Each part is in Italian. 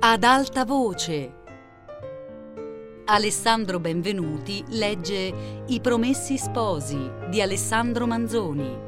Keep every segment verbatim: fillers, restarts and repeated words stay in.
Ad alta voce. Alessandro Benvenuti legge I Promessi Sposi di Alessandro Manzoni.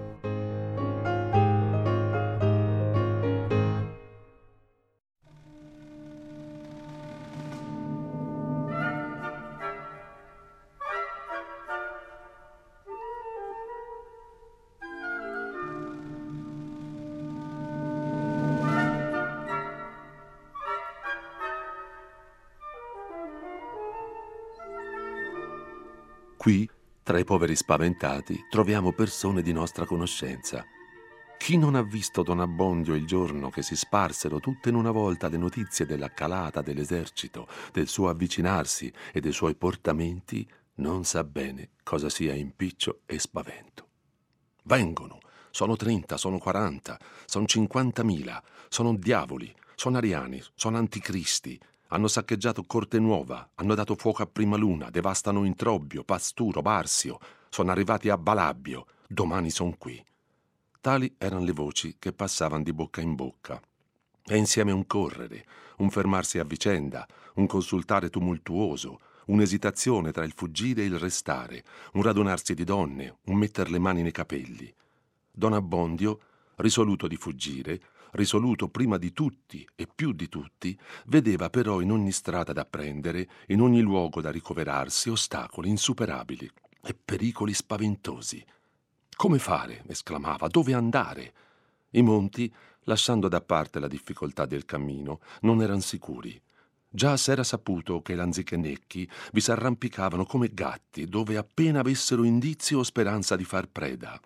Qui, tra i poveri spaventati, troviamo persone di nostra conoscenza. Chi non ha visto Don Abbondio il giorno che si sparsero tutte in una volta le notizie della calata dell'esercito, del suo avvicinarsi e dei suoi portamenti, non sa bene cosa sia impiccio e spavento. Vengono, sono trenta, sono quaranta, sono cinquantamila, sono diavoli, sono ariani, sono anticristi. Hanno saccheggiato Cortenuova, hanno dato fuoco a Primaluna, devastano Introbbio, Pasturo, Barsio, sono arrivati a Balabbio, domani son qui. Tali erano le voci che passavano di bocca in bocca. E insieme un correre, un fermarsi a vicenda, un consultare tumultuoso, un'esitazione tra il fuggire e il restare, un radunarsi di donne, un metter le mani nei capelli. Don Abbondio, risoluto di fuggire, risoluto prima di tutti e più di tutti, vedeva però in ogni strada da prendere, in ogni luogo da ricoverarsi, ostacoli insuperabili e pericoli spaventosi. «Come fare?» esclamava. «Dove andare?» I monti, lasciando da parte la difficoltà del cammino, non eran sicuri. Già s'era saputo che lanzichenecchi vi s'arrampicavano come gatti dove appena avessero indizio o speranza di far preda.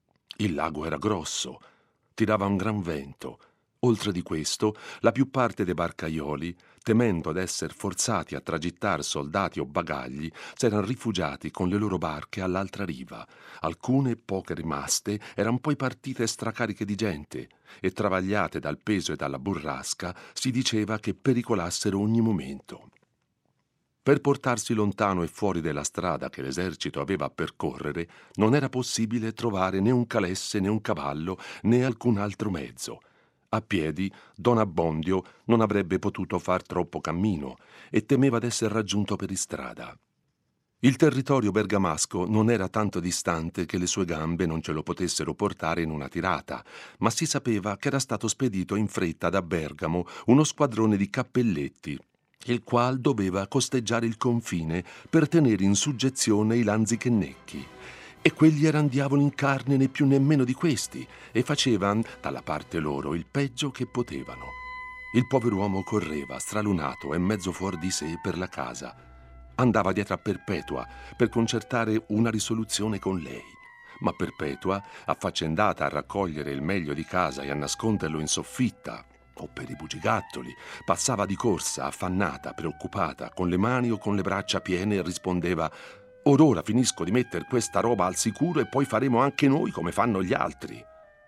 Il lago era grosso, tirava un gran vento. Oltre di questo, la più parte dei barcaioli, temendo d'esser forzati a tragittar soldati o bagagli, s'eran rifugiati con le loro barche all'altra riva. Alcune, poche rimaste, eran poi partite stracariche di gente e, travagliate dal peso e dalla burrasca, si diceva che pericolassero ogni momento. Per portarsi lontano e fuori della strada che l'esercito aveva a percorrere, non era possibile trovare né un calesse né un cavallo né alcun altro mezzo. A piedi, Don Abbondio non avrebbe potuto far troppo cammino e temeva d'esser raggiunto per istrada. Il territorio bergamasco non era tanto distante che le sue gambe non ce lo potessero portare in una tirata, ma si sapeva che era stato spedito in fretta da Bergamo uno squadrone di cappelletti, il qual doveva costeggiare il confine per tenere in suggezione i lanzichenecchi. E quegli eran diavoli in carne né più né meno di questi, e facevan, dalla parte loro, il peggio che potevano. Il pover'uomo correva, stralunato e mezzo fuor di sé, per la casa. Andava dietro a Perpetua per concertare una risoluzione con lei. Ma Perpetua, affaccendata a raccogliere il meglio di casa e a nasconderlo in soffitta, o per i bugigattoli, passava di corsa, affannata, preoccupata, con le mani o con le braccia piene e rispondeva: «Or ora finisco di metter questa roba al sicuro e poi faremo anche noi come fanno gli altri».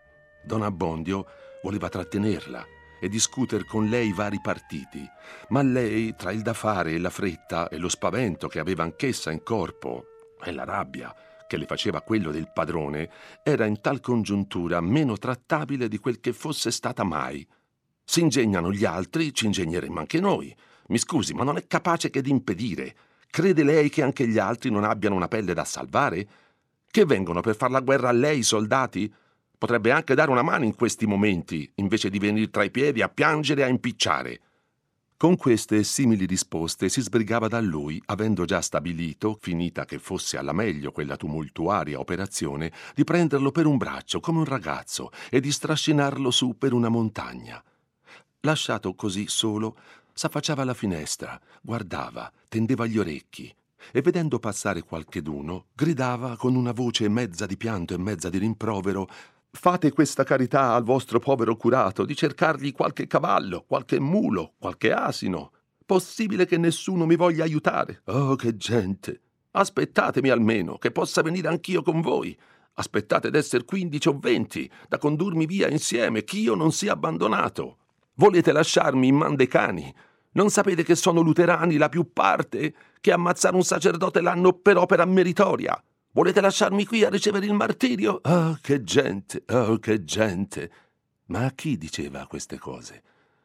Don Abbondio voleva trattenerla e discuter con lei vari partiti, ma lei, tra il da fare e la fretta e lo spavento che aveva anch'essa in corpo e la rabbia che le faceva quello del padrone, era in tal congiuntura meno trattabile di quel che fosse stata mai. Si ingegnano gli altri, ci ingegneremmo anche noi. Mi scusi, ma non è capace che d'impedire. Crede lei che anche gli altri non abbiano una pelle da salvare? Che vengono per far la guerra a lei i soldati? Potrebbe anche dare una mano in questi momenti, invece di venir tra i piedi a piangere e a impicciare. Con queste e simili risposte si sbrigava da lui, avendo già stabilito, finita che fosse alla meglio quella tumultuaria operazione, di prenderlo per un braccio come un ragazzo e di strascinarlo su per una montagna. Lasciato così solo, s'affacciava alla finestra, guardava, tendeva gli orecchi e, vedendo passare qualcheduno, gridava con una voce mezza di pianto e mezza di rimprovero: «Fate questa carità al vostro povero curato di cercargli qualche cavallo, qualche mulo, qualche asino. Possibile che nessuno mi voglia aiutare? Oh, che gente! Aspettatemi almeno, che possa venire anch'io con voi. Aspettate d'esser quindici o venti, da condurmi via insieme, ch'io non sia abbandonato. Volete lasciarmi in man dei cani? Non sapete che sono luterani la più parte? Che ammazzare un sacerdote l'hanno per opera meritoria? Volete lasciarmi qui a ricevere il martirio? Oh, che gente, oh, che gente!» Ma a chi diceva queste cose?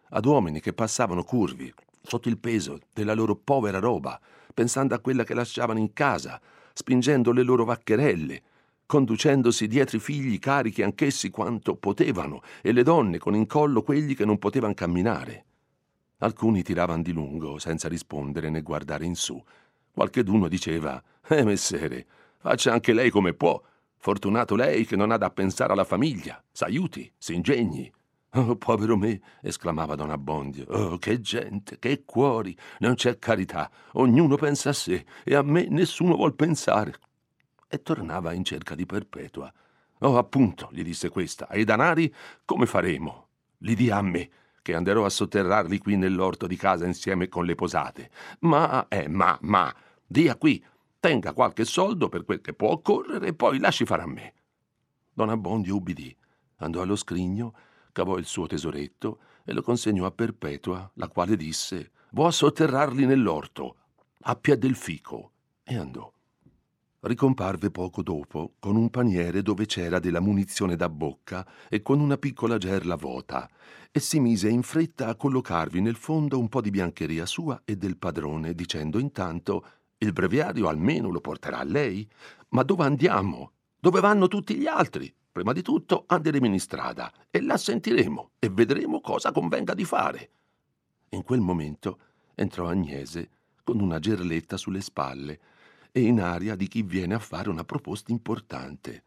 ad uomini che passavano curvi sotto il peso della loro povera roba, pensando a quella che lasciavano in casa, spingendo le loro vaccherelle, conducendosi dietro i figli carichi anch'essi quanto potevano, e le donne con in collo quelli che non potevano camminare. Alcuni tiravano di lungo senza rispondere né guardare in su. Qualcheduno diceva: «Eh, messere, faccia anche lei come può. Fortunato lei che non ha da pensare alla famiglia. S'aiuti, s'ingegni». «Oh, povero me», esclamava don Abbondio. «Oh, che gente, che cuori, non c'è carità. Ognuno pensa a sé e a me nessuno vuol pensare». E tornava in cerca di Perpetua. «Oh, appunto», gli disse questa, «e i danari come faremo? Li dia a me, che anderò a sotterrarli qui nell'orto di casa insieme con le posate. Ma, eh, ma, ma, dia qui, tenga qualche soldo per quel che può occorrere e poi lasci fare a me». Don Abbondio ubbidì, andò allo scrigno, cavò il suo tesoretto e lo consegnò a Perpetua, la quale disse: «Vo a sotterrarli nell'orto, a piè del fico», e andò. Ricomparve poco dopo con un paniere dove c'era della munizione da bocca e con una piccola gerla vuota, e si mise in fretta a collocarvi nel fondo un po' di biancheria sua e del padrone, dicendo intanto: «Il breviario almeno lo porterà lei? Ma dove andiamo? Dove vanno tutti gli altri? Prima di tutto anderemo in strada e la sentiremo e vedremo cosa convenga di fare». In quel momento entrò Agnese con una gerletta sulle spalle e in aria di chi viene a fare una proposta importante.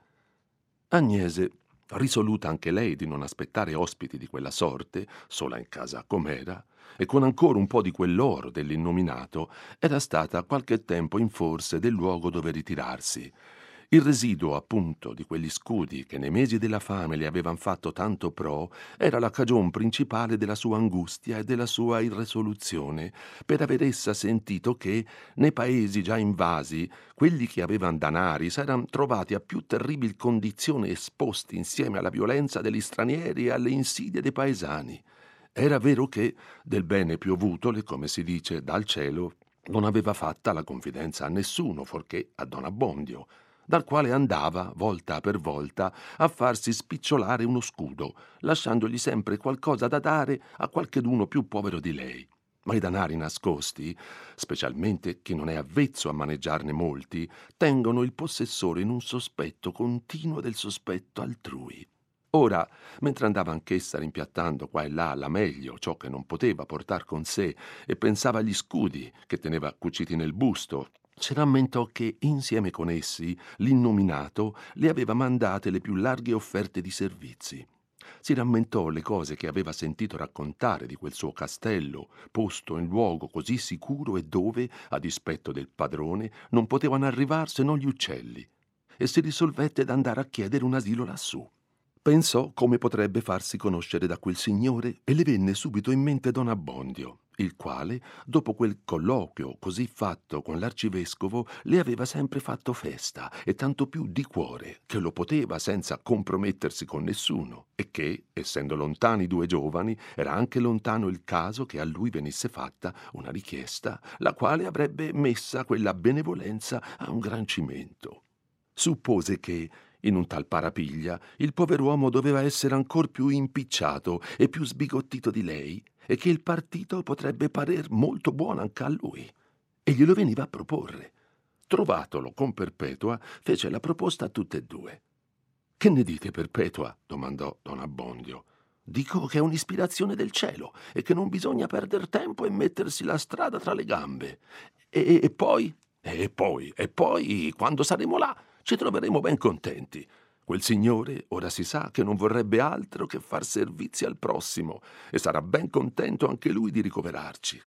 Agnese, risoluta anche lei di non aspettare ospiti di quella sorte, sola in casa com'era, e con ancora un po' di quell'oro dell'innominato, era stata qualche tempo in forse del luogo dove ritirarsi. Il residuo, appunto, di quegli scudi che nei mesi della fame le avevan fatto tanto pro era la cagion principale della sua angustia e della sua irresoluzione, per aver essa sentito che, nei paesi già invasi, quelli che avevan danari s'eran trovati a più terribil condizione esposti insieme alla violenza degli stranieri e alle insidie dei paesani. Era vero che, del bene piovutole, come si dice, dal cielo, non aveva fatta la confidenza a nessuno, forché a don Abbondio, dal quale andava, volta per volta, a farsi spicciolare uno scudo, lasciandogli sempre qualcosa da dare a qualcheduno più povero di lei. Ma i danari nascosti, specialmente chi non è avvezzo a maneggiarne molti, tengono il possessore in un sospetto continuo del sospetto altrui. Ora, mentre andava anch'essa rimpiattando qua e là alla meglio ciò che non poteva portar con sé e pensava agli scudi che teneva cuciti nel busto, si rammentò che, insieme con essi, l'innominato le aveva mandate le più larghe offerte di servizi. Si rammentò le cose che aveva sentito raccontare di quel suo castello, posto in luogo così sicuro e dove, a dispetto del padrone, non potevano arrivar se non gli uccelli, e si risolvette d'andare a chiedere un asilo lassù. Pensò come potrebbe farsi conoscere da quel signore e le venne subito in mente don Abbondio, il quale, dopo quel colloquio così fatto con l'arcivescovo, le aveva sempre fatto festa, e tanto più di cuore, che lo poteva senza compromettersi con nessuno, e che, essendo lontani due giovani, era anche lontano il caso che a lui venisse fatta una richiesta, la quale avrebbe messa quella benevolenza a un gran cimento. Suppose che, in un tal parapiglia, il pover'uomo doveva essere ancor più impicciato e più sbigottito di lei, e che il partito potrebbe parer molto buono anche a lui, e glielo veniva a proporre. Trovatolo con Perpetua, fece la proposta a tutte e due. «Che ne dite, Perpetua?» domandò don Abbondio. «Dico che è un'ispirazione del cielo e che non bisogna perder tempo e mettersi la strada tra le gambe. E, e poi? E poi? E poi, quando saremo là, ci troveremo ben contenti. Quel signore ora si sa che non vorrebbe altro che far servizi al prossimo e sarà ben contento anche lui di ricoverarci.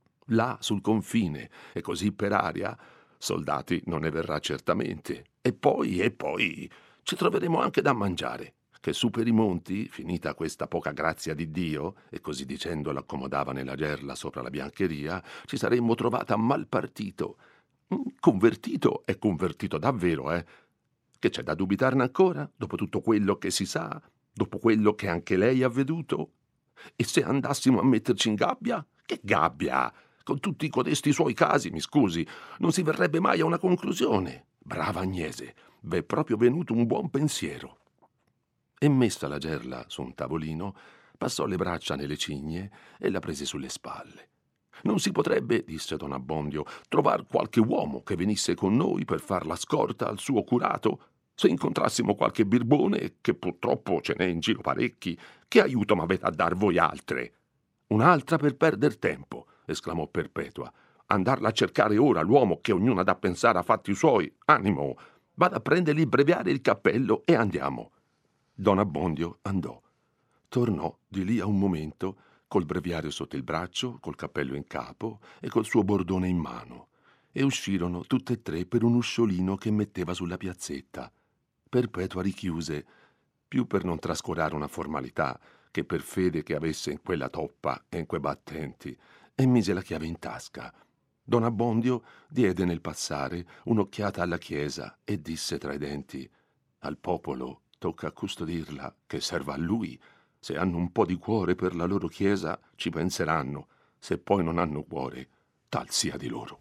Là sul confine e così per aria, soldati non ne verrà certamente. E poi, e poi, ci troveremo anche da mangiare, che su per i monti, finita questa poca grazia di Dio, e così dicendo l'accomodava nella gerla sopra la biancheria, ci saremmo trovata a mal partito. Convertito è convertito davvero, eh? Che c'è da dubitarne ancora, dopo tutto quello che si sa, dopo quello che anche lei ha veduto? E se andassimo a metterci in gabbia? Che gabbia? Con tutti codesti suoi casi, mi scusi, non si verrebbe mai a una conclusione. Brava Agnese, v'è proprio venuto un buon pensiero». E messa la gerla su un tavolino, passò le braccia nelle cigne e la prese sulle spalle. «Non si potrebbe, disse don Abbondio, trovar qualche uomo che venisse con noi per far la scorta al suo curato? Se incontrassimo qualche birbone, che purtroppo ce n'è in giro parecchi, che aiuto m'avete a dar voi altre?» «Un'altra per perder tempo», esclamò Perpetua. «Andarla a cercare ora l'uomo che ognuno ha da pensare a fatti suoi. Animo, vada a prendergli il breviario e il cappello e andiamo». Don Abbondio andò. Tornò di lì a un momento col breviario sotto il braccio, col cappello in capo e col suo bordone in mano, e uscirono tutte e tre per un usciolino che metteva sulla piazzetta. Perpetua richiuse, più per non trascurare una formalità che per fede che avesse in quella toppa e in quei battenti, e mise la chiave in tasca. Don Abbondio diede nel passare un'occhiata alla chiesa e disse tra i denti: «Al popolo tocca custodirla, che serva a lui. Se hanno un po' di cuore per la loro chiesa, ci penseranno. Se poi non hanno cuore, tal sia di loro».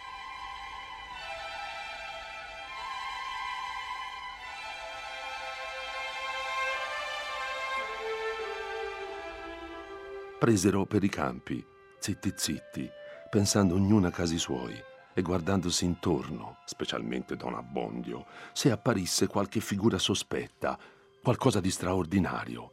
Presero per i campi, zitti zitti, pensando ognuno a casi suoi e guardandosi intorno, specialmente don Abbondio, se apparisse qualche figura sospetta, qualcosa di straordinario.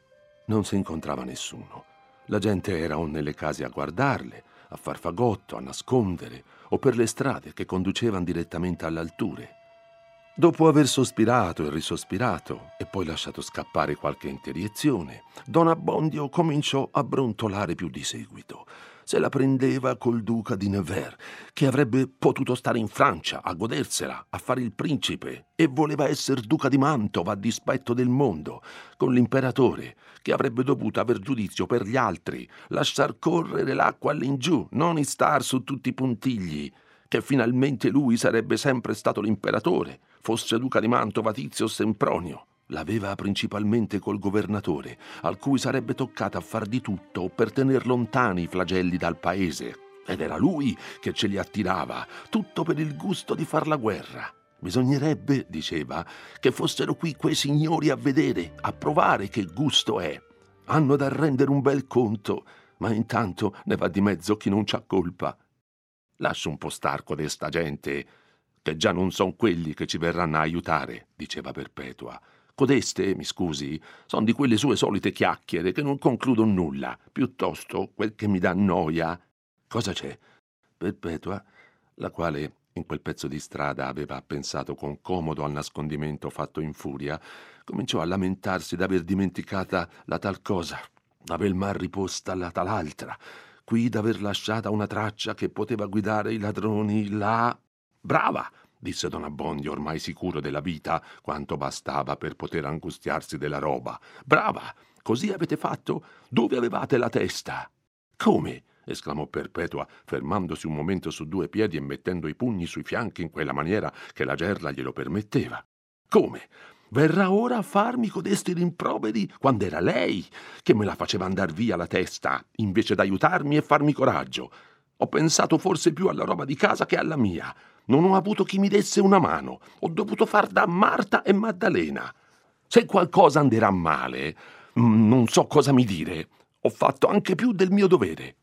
Non si incontrava nessuno. La gente era o nelle case a guardarle, a far fagotto, a nascondere, o per le strade che conducevano direttamente all'alture. Dopo aver sospirato e risospirato e poi lasciato scappare qualche interiezione, don Abbondio cominciò a brontolare più di seguito. Se la prendeva col duca di Nevers, che avrebbe potuto stare in Francia a godersela, a fare il principe, e voleva essere duca di Mantova a dispetto del mondo, con l'imperatore, che avrebbe dovuto aver giudizio per gli altri, lasciar correre l'acqua all'ingiù, non istar su tutti i puntigli, che finalmente lui sarebbe sempre stato l'imperatore, fosse duca di Mantova Tizio o Sempronio. L'aveva principalmente col governatore, al cui sarebbe toccata a far di tutto per tener lontani i flagelli dal paese. Ed era lui che ce li attirava, tutto per il gusto di far la guerra. Bisognerebbe, diceva, che fossero qui quei signori a vedere, a provare che gusto è. Hanno da rendere un bel conto, ma intanto ne va di mezzo chi non c'ha colpa. «Lascia un po' star codesta gente, che già non son quelli che ci verranno a aiutare», diceva Perpetua. «Codeste, mi scusi, son di quelle sue solite chiacchiere che non concludono nulla, piuttosto quel che mi dà noia». «Cosa c'è?» Perpetua, la quale in quel pezzo di strada aveva pensato con comodo al nascondimento fatto in furia, cominciò a lamentarsi d'aver dimenticata la tal cosa, d'aver mal riposta la tal altra, qui d'aver lasciata una traccia che poteva guidare i ladroni là. «Brava!» disse don Abbondio, ormai sicuro della vita quanto bastava per poter angustiarsi della roba. «Brava! Così avete fatto? Dove avevate la testa?» «Come?» esclamò Perpetua, fermandosi un momento su due piedi e mettendo i pugni sui fianchi in quella maniera che la gerla glielo permetteva. «Come? Verrà ora a farmi codesti rimproveri quando era lei che me la faceva andar via la testa, invece d'aiutarmi e farmi coraggio. Ho pensato forse più alla roba di casa che alla mia. Non ho avuto chi mi desse una mano. Ho dovuto far da Marta e Maddalena. Se qualcosa anderà male, non so cosa mi dire. Ho fatto anche più del mio dovere».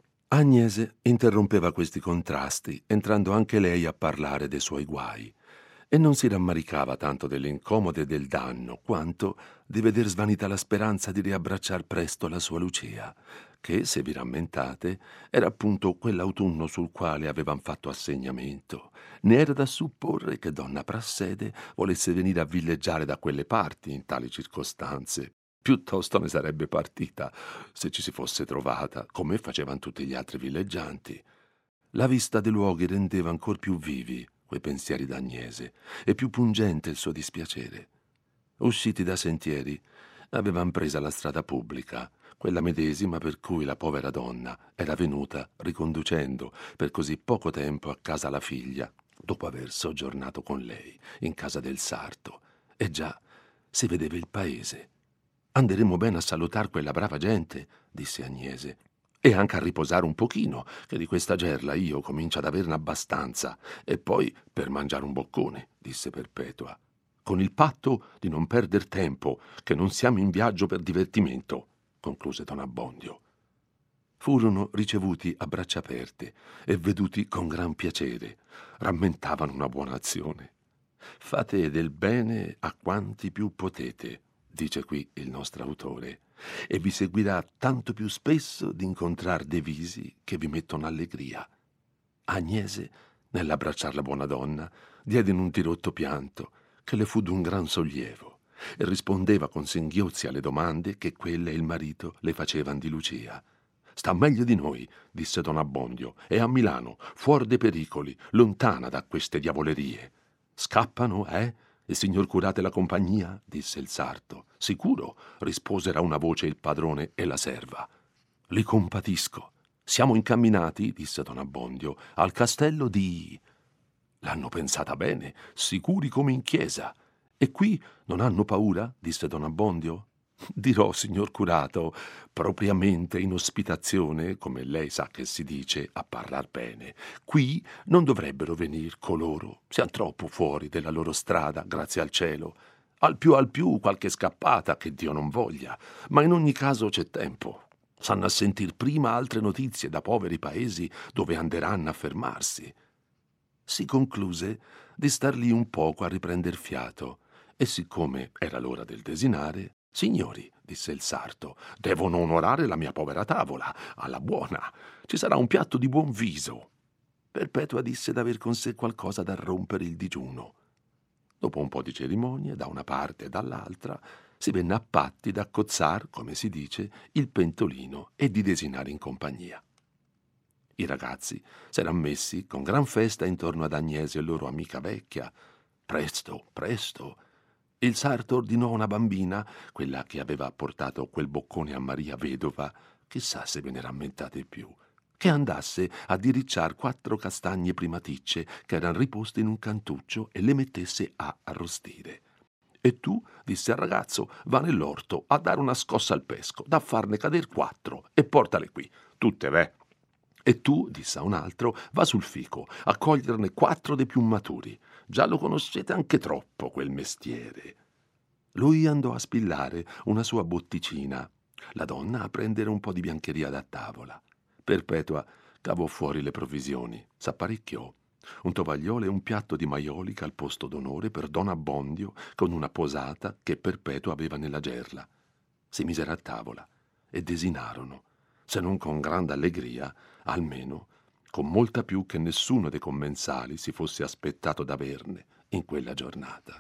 Agnese interrompeva questi contrasti, entrando anche lei a parlare dei suoi guai, e non si rammaricava tanto delle incomode e del danno, quanto di veder svanita la speranza di riabbracciar presto la sua Lucia, che, se vi rammentate, era appunto quell'autunno sul quale avevan fatto assegnamento. Ne era da supporre che donna Prassede volesse venire a villeggiare da quelle parti in tali circostanze. Piuttosto ne sarebbe partita, se ci si fosse trovata, come facevano tutti gli altri villeggianti. La vista dei luoghi rendeva ancor più vivi quei pensieri d'Agnese e più pungente il suo dispiacere. Usciti da sentieri, avevan presa la strada pubblica, quella medesima per cui la povera donna era venuta riconducendo per così poco tempo a casa la figlia, dopo aver soggiornato con lei in casa del sarto. E già si vedeva il paese. «Anderemo bene a salutar quella brava gente», disse Agnese, «e anche a riposare un pochino, che di questa gerla io comincio ad averne abbastanza, e poi per mangiare un boccone», disse Perpetua, «con il patto di non perder tempo, che non siamo in viaggio per divertimento». concluse don Abbondio. Furono ricevuti a braccia aperte e veduti con gran piacere. Rammentavano una buona azione. Fate del bene a quanti più potete, dice qui il nostro autore, e vi seguirà tanto più spesso di incontrar dei visi che vi mettono allegria. Agnese, nell'abbracciar la buona donna, diede in un dirotto pianto che le fu d'un gran sollievo e rispondeva con singhiozzi alle domande che quella e il marito le facevan di Lucia. Sta meglio di noi, disse don Abbondio, è a Milano, fuori dei pericoli, lontana da queste diavolerie. Scappano, eh? Il signor curate la compagnia? Disse il sarto. Sicuro, risposero a una voce il padrone e la serva. Li compatisco. Siamo incamminati, disse don Abbondio, al castello di... L'hanno pensata bene, sicuri come in chiesa. E qui non hanno paura? Disse don Abbondio. Dirò, signor curato, propriamente in ospitazione, come lei sa che si dice, a parlar bene. Qui non dovrebbero venir coloro, sian troppo fuori della loro strada, grazie al cielo. Al più al più qualche scappata, che Dio non voglia, ma in ogni caso c'è tempo. S'hanno a sentir prima altre notizie da poveri paesi dove anderanno a fermarsi. Si concluse di star lì un poco a riprender fiato, e siccome era l'ora del desinare, signori, disse il sarto, devono onorare la mia povera tavola, alla buona. Ci sarà un piatto di buon viso. Perpetua disse d'aver con sé qualcosa da rompere il digiuno. Dopo un po' di cerimonie, da una parte e dall'altra, si venne a patti d'accozzar, come si dice, il pentolino e di desinare in compagnia. I ragazzi s'eran messi con gran festa intorno ad Agnese e loro amica vecchia. Presto, presto. Il sarto ordinò una bambina, quella che aveva portato quel boccone a Maria vedova, chissà se ve ne rammentate più, che andasse a diricciar quattro castagne primaticce che eran riposte in un cantuccio e le mettesse a arrostire. E tu, disse al ragazzo, va nell'orto a dare una scossa al pesco, da farne cader quattro e portale qui, tutte ve. E tu, disse a un altro, va sul fico a coglierne quattro dei più maturi. Già lo conoscete anche troppo quel mestiere. Lui andò a spillare una sua botticina, la donna a prendere un po' di biancheria da tavola. Perpetua cavò fuori le provvisioni, s'apparecchiò un tovagliolo e un piatto di maiolica al posto d'onore per don Abbondio con una posata che Perpetua aveva nella gerla. Si misero a tavola e desinarono, se non con grande allegria, almeno con molta più che nessuno dei commensali si fosse aspettato d'averne in quella giornata.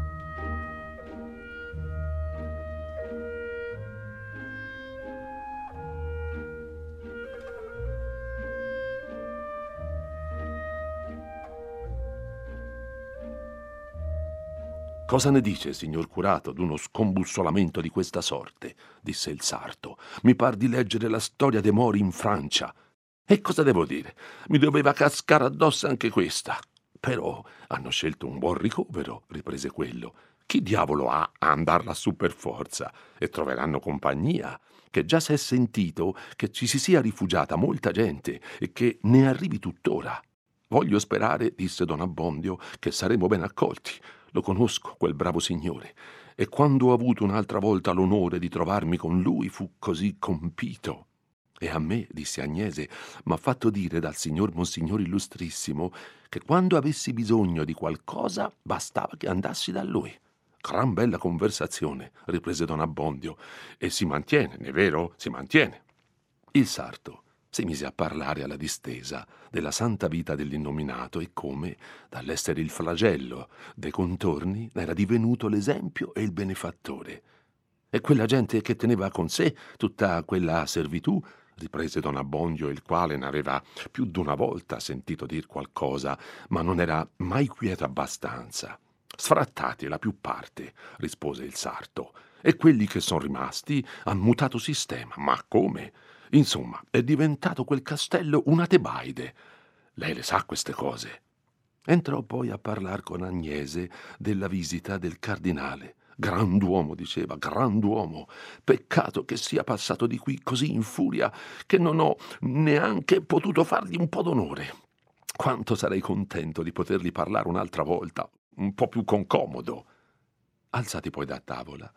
Cosa ne dice, signor curato, d'uno scombussolamento di questa sorte? Disse il sarto. Mi par di leggere la storia dei Mori in Francia. E cosa devo dire? Mi doveva cascare addosso anche questa. Però hanno scelto un buon ricovero, riprese quello. Chi diavolo ha a andar lassù per forza? E troveranno compagnia, che già s'è sentito che ci si sia rifugiata molta gente e che ne arrivi tuttora. Voglio sperare, disse don Abbondio, che saremo ben accolti. Lo conosco, quel bravo signore, e quando ho avuto un'altra volta l'onore di trovarmi con lui fu così compito. E a me, disse Agnese, m'ha fatto dire dal signor Monsignor Illustrissimo che quando avessi bisogno di qualcosa bastava che andassi da lui. Gran bella conversazione, riprese don Abbondio, e si mantiene, non è vero? Si mantiene. Il sarto si mise a parlare alla distesa della santa vita dell'innominato e come, dall'essere il flagello dei contorni, era divenuto l'esempio e il benefattore. E quella gente che teneva con sé tutta quella servitù, riprese don Abbondio, il quale n'aveva più d'una volta sentito dir qualcosa, ma non era mai quieto abbastanza. Sfrattati la più parte, rispose il sarto, e quelli che son rimasti han mutato sistema. Ma come? Insomma, è diventato quel castello una Tebaide. Lei le sa queste cose. Entrò poi a parlar con Agnese della visita del cardinale. Grand'uomo, diceva, grand'uomo. Peccato che sia passato di qui così in furia che non ho neanche potuto fargli un po' d'onore. Quanto sarei contento di potergli parlare un'altra volta, un po' più concomodo. Alzati poi da tavola,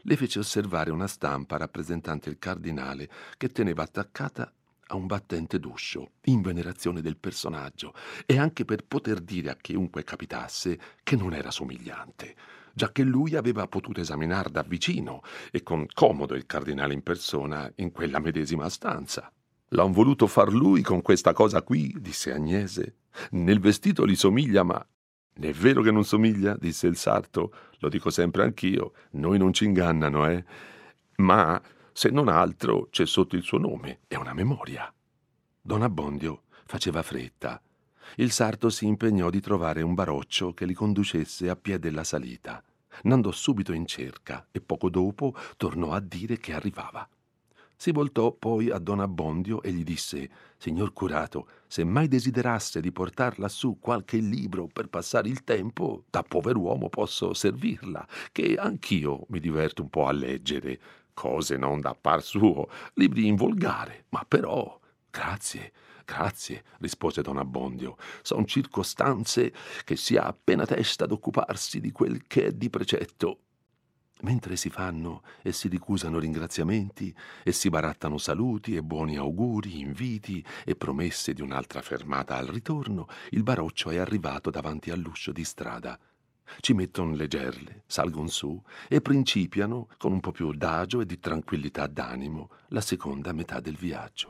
le fece osservare una stampa rappresentante il cardinale che teneva attaccata a un battente d'uscio, in venerazione del personaggio, e anche per poter dire a chiunque capitasse che non era somigliante, giacché lui aveva potuto esaminare da vicino e con comodo il cardinale in persona in quella medesima stanza. «L'han voluto far lui con questa cosa qui», disse Agnese. «Nel vestito gli somiglia, ma...» «È vero che non somiglia?» disse il sarto. «Lo dico sempre anch'io, noi non ci ingannano, eh? Ma, se non altro, c'è sotto il suo nome, è una memoria». Don Abbondio faceva fretta. Il sarto si impegnò di trovare un baroccio che li conducesse a piè della salita. N'andò subito in cerca e poco dopo tornò a dire che arrivava. Si voltò poi a Don Abbondio e gli disse: «Signor curato, se mai desiderasse di portar lassù qualche libro per passare il tempo, da pover'uomo posso servirla, che anch'io mi diverto un po' a leggere, cose non da par suo, libri in volgare, ma però...» «Grazie, grazie», rispose Don Abbondio, «son circostanze che si ha appena testa d'occuparsi di quel che è di precetto». Mentre si fanno e si ricusano ringraziamenti e si barattano saluti e buoni auguri, inviti e promesse di un'altra fermata al ritorno, il baroccio è arrivato davanti all'uscio di strada. Ci metton le gerle, salgon su e principiano, con un po' più d'agio e di tranquillità d'animo, la seconda metà del viaggio.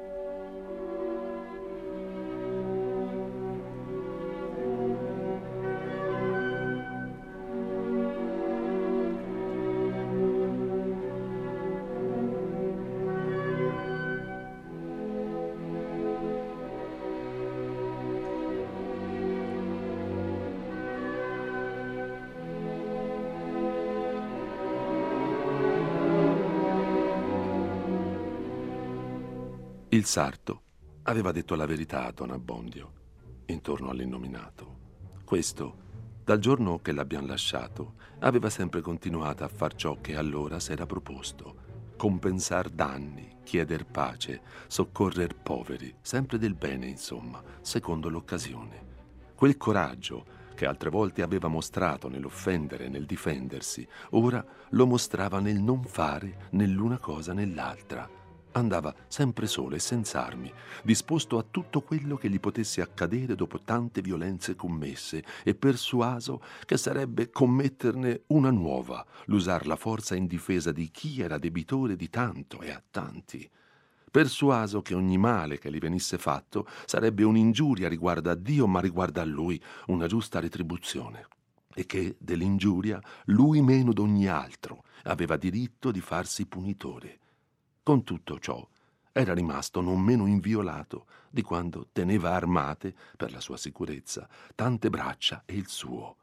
Il sarto aveva detto la verità a Don Abbondio intorno all'innominato. Questo, dal giorno che l'abbiamo lasciato, aveva sempre continuato a far ciò che allora s'era proposto: compensar danni, chieder pace, soccorrer poveri, sempre del bene, insomma, secondo l'occasione. Quel coraggio che altre volte aveva mostrato nell'offendere e nel difendersi, ora lo mostrava nel non fare né l'una cosa né l'altra. Andava sempre solo e senza armi, disposto a tutto quello che gli potesse accadere dopo tante violenze commesse e persuaso che sarebbe commetterne una nuova, l'usar la forza in difesa di chi era debitore di tanto e a tanti. Persuaso che ogni male che gli venisse fatto sarebbe un'ingiuria riguardo a Dio, ma riguardo a lui una giusta retribuzione, e che dell'ingiuria lui meno d'ogni altro aveva diritto di farsi punitore. Con tutto ciò era rimasto non meno inviolato di quando teneva armate, per la sua sicurezza, tante braccia e il suo.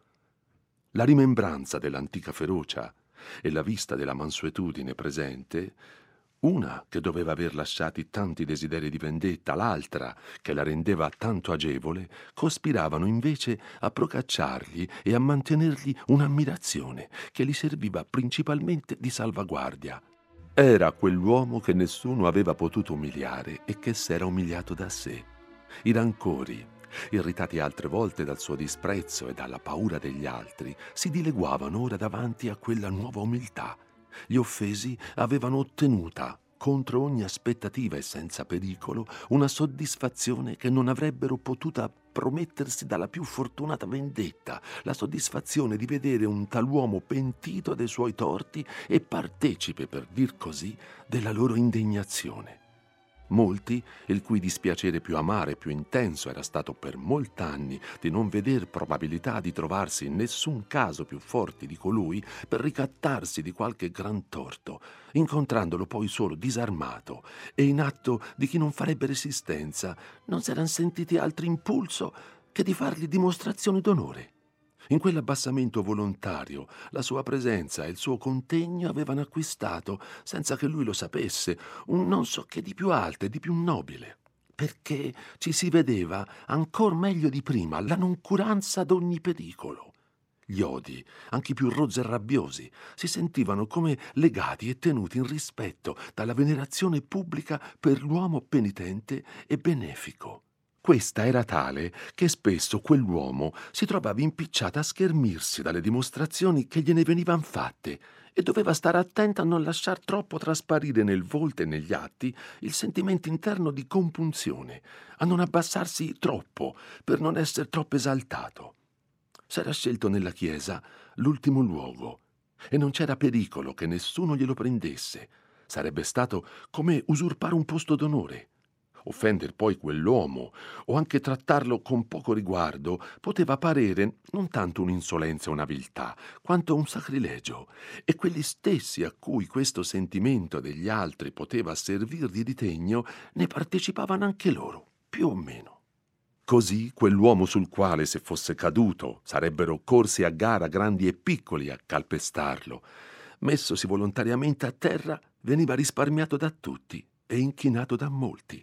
La rimembranza dell'antica ferocia e la vista della mansuetudine presente, una che doveva aver lasciati tanti desideri di vendetta, l'altra che la rendeva tanto agevole, cospiravano invece a procacciargli e a mantenergli un'ammirazione che gli serviva principalmente di salvaguardia. Era quell'uomo che nessuno aveva potuto umiliare e che s'era umiliato da sé. I rancori, irritati altre volte dal suo disprezzo e dalla paura degli altri, si dileguavano ora davanti a quella nuova umiltà. Gli offesi avevano ottenuta, contro ogni aspettativa e senza pericolo, una soddisfazione che non avrebbero potuta promettersi dalla più fortunata vendetta, la soddisfazione di vedere un tal uomo pentito dei suoi torti e partecipe, per dir così, della loro indignazione. Molti, il cui dispiacere più amaro e più intenso era stato per molt'anni di non veder probabilità di trovarsi in nessun caso più forti di colui per ricattarsi di qualche gran torto, incontrandolo poi solo disarmato e in atto di chi non farebbe resistenza, non s'eran sentiti altro impulso che di fargli dimostrazioni d'onore. In quell'abbassamento volontario la sua presenza e il suo contegno avevano acquistato, senza che lui lo sapesse, un non so che di più alto e di più nobile, perché ci si vedeva ancor meglio di prima la noncuranza d'ogni pericolo. Gli odi, anche i più rozzi e rabbiosi, si sentivano come legati e tenuti in rispetto dalla venerazione pubblica per l'uomo penitente e benefico. Questa era tale che spesso quell'uomo si trovava impicciato a schermirsi dalle dimostrazioni che gliene venivano fatte e doveva stare attento a non lasciar troppo trasparire nel volto e negli atti il sentimento interno di compunzione, a non abbassarsi troppo per non essere troppo esaltato. S'era scelto nella chiesa l'ultimo luogo e non c'era pericolo che nessuno glielo prendesse. Sarebbe stato come usurpare un posto d'onore. Offender poi quell'uomo o anche trattarlo con poco riguardo poteva parere non tanto un'insolenza o una viltà, quanto un sacrilegio, e quelli stessi a cui questo sentimento degli altri poteva servir di ritegno ne partecipavano anche loro, più o meno. Così quell'uomo sul quale, se fosse caduto, sarebbero corsi a gara grandi e piccoli a calpestarlo, messosi volontariamente a terra, veniva risparmiato da tutti e inchinato da molti.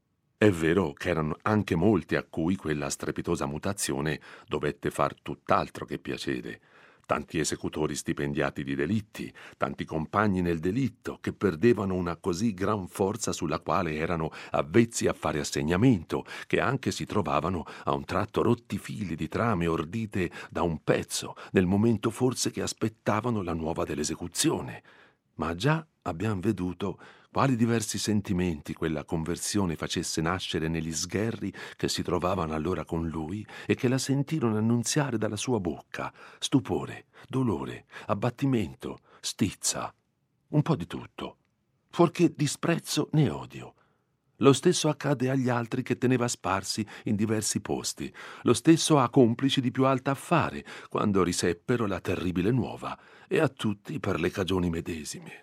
È vero che erano anche molti a cui quella strepitosa mutazione dovette far tutt'altro che piacere. Tanti esecutori stipendiati di delitti, tanti compagni nel delitto che perdevano una così gran forza sulla quale erano avvezzi a fare assegnamento, che anche si trovavano a un tratto rotti fili di trame ordite da un pezzo, nel momento forse che aspettavano la nuova dell'esecuzione. Ma già abbiamo veduto quali diversi sentimenti quella conversione facesse nascere negli sgherri che si trovavano allora con lui e che la sentirono annunziare dalla sua bocca: stupore, dolore, abbattimento, stizza, un po' di tutto, fuorché disprezzo né odio. Lo stesso accadde agli altri che teneva sparsi in diversi posti, lo stesso a complici di più alta affare, quando riseppero la terribile nuova, e a tutti per le cagioni medesime.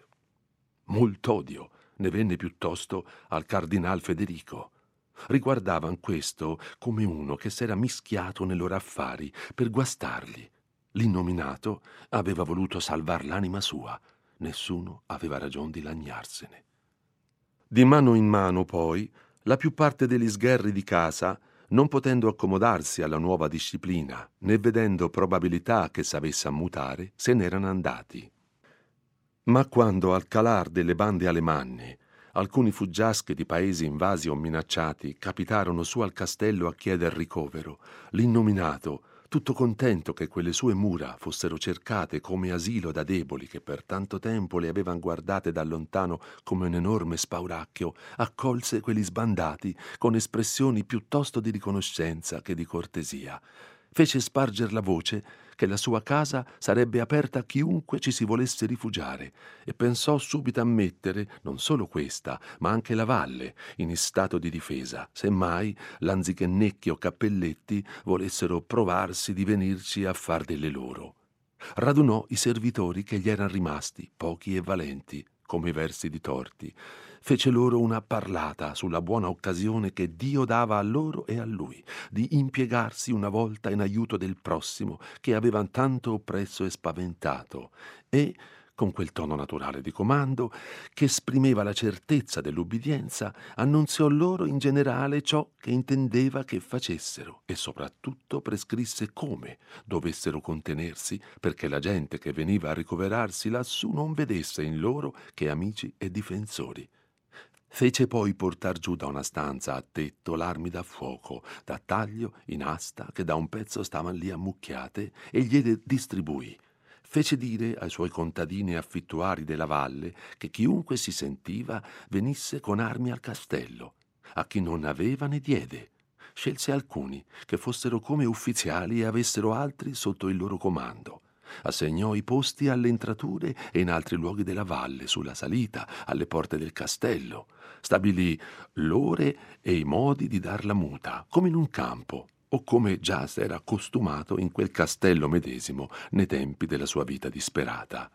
Molt'odio ne venne piuttosto al cardinal Federico. Riguardavan questo come uno che s'era mischiato nei loro affari per guastarli. L'innominato aveva voluto salvar l'anima sua, nessuno aveva ragion di lagnarsene. Di mano in mano, poi, la più parte degli sgherri di casa, non potendo accomodarsi alla nuova disciplina, né vedendo probabilità che s'avesse a mutare, se n'erano andati. Ma quando al calar delle bande alemanne alcuni fuggiaschi di paesi invasi o minacciati capitarono su al castello a chieder ricovero, l'innominato, tutto contento che quelle sue mura fossero cercate come asilo da deboli che per tanto tempo le avevan guardate da lontano come un enorme spauracchio, accolse quelli sbandati con espressioni piuttosto di riconoscenza che di cortesia. Fece sparger la voce che la sua casa sarebbe aperta a chiunque ci si volesse rifugiare e pensò subito a mettere non solo questa, ma anche la valle in stato di difesa, se mai Lanzichenecchi o Cappelletti volessero provarsi di venirci a far delle loro. Radunò i servitori che gli eran rimasti, pochi e valenti, come i versi di Torti. Fece loro una parlata sulla buona occasione che Dio dava a loro e a lui di impiegarsi una volta in aiuto del prossimo che avevan tanto oppresso e spaventato, e, con quel tono naturale di comando, che esprimeva la certezza dell'ubbidienza, annunziò loro in generale ciò che intendeva che facessero e soprattutto prescrisse come dovessero contenersi perché la gente che veniva a ricoverarsi lassù non vedesse in loro che amici e difensori. Fece poi portar giù da una stanza a tetto l'armi da fuoco, da taglio in asta che da un pezzo stavano lì ammucchiate e gliele distribuì. Fece dire ai suoi contadini e affittuari della valle che chiunque si sentiva venisse con armi al castello. A chi non aveva ne diede. Scelse alcuni che fossero come ufficiali e avessero altri sotto il loro comando. Assegnò i posti alle entrature e in altri luoghi della valle, sulla salita, alle porte del castello. Stabilì l'ore e i modi di dar la muta, come in un campo, o come già s'era costumato in quel castello medesimo nei tempi della sua vita disperata.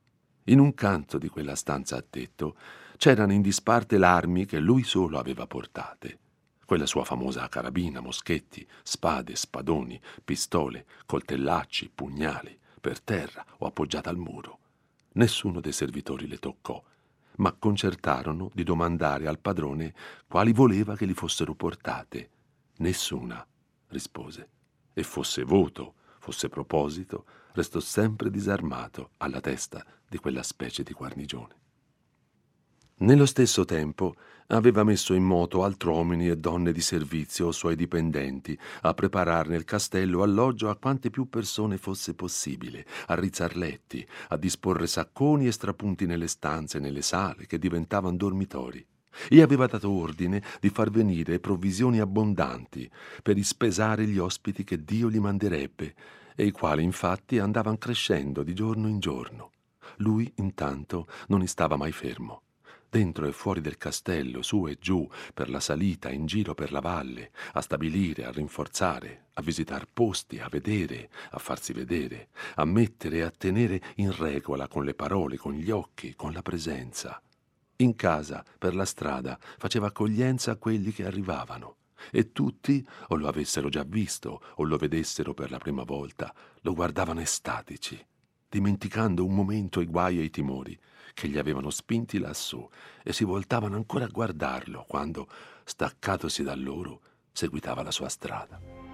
In un canto di quella stanza a tetto c'erano in disparte l'armi che lui solo aveva portate. Quella sua famosa carabina, moschetti, spade, spadoni, pistole, coltellacci, pugnali, per terra o appoggiata al muro. Nessuno dei servitori le toccò, ma concertarono di domandare al padrone quali voleva che gli fossero portate. Nessuna, rispose, e fosse voto, fosse proposito, restò sempre disarmato alla testa di quella specie di guarnigione. Nello stesso tempo aveva messo in moto altromini e donne di servizio suoi dipendenti a preparar nel castello alloggio a quante più persone fosse possibile, a rizzar letti, a disporre sacconi e strapunti nelle stanze e nelle sale che diventavano dormitori. E aveva dato ordine di far venire provvisioni abbondanti per ispesare gli ospiti che Dio gli manderebbe, e i quali infatti andavano crescendo di giorno in giorno. Lui intanto non stava mai fermo. Dentro e fuori del castello, su e giù, per la salita, in giro per la valle, a stabilire, a rinforzare, a visitar posti, a vedere, a farsi vedere, a mettere e a tenere in regola con le parole, con gli occhi, con la presenza. In casa, per la strada, faceva accoglienza a quelli che arrivavano, e tutti, o lo avessero già visto, o lo vedessero per la prima volta, lo guardavano estatici, dimenticando un momento i guai e i timori che gli avevano spinti lassù, e si voltavano ancora a guardarlo quando, staccatosi da loro, seguitava la sua strada.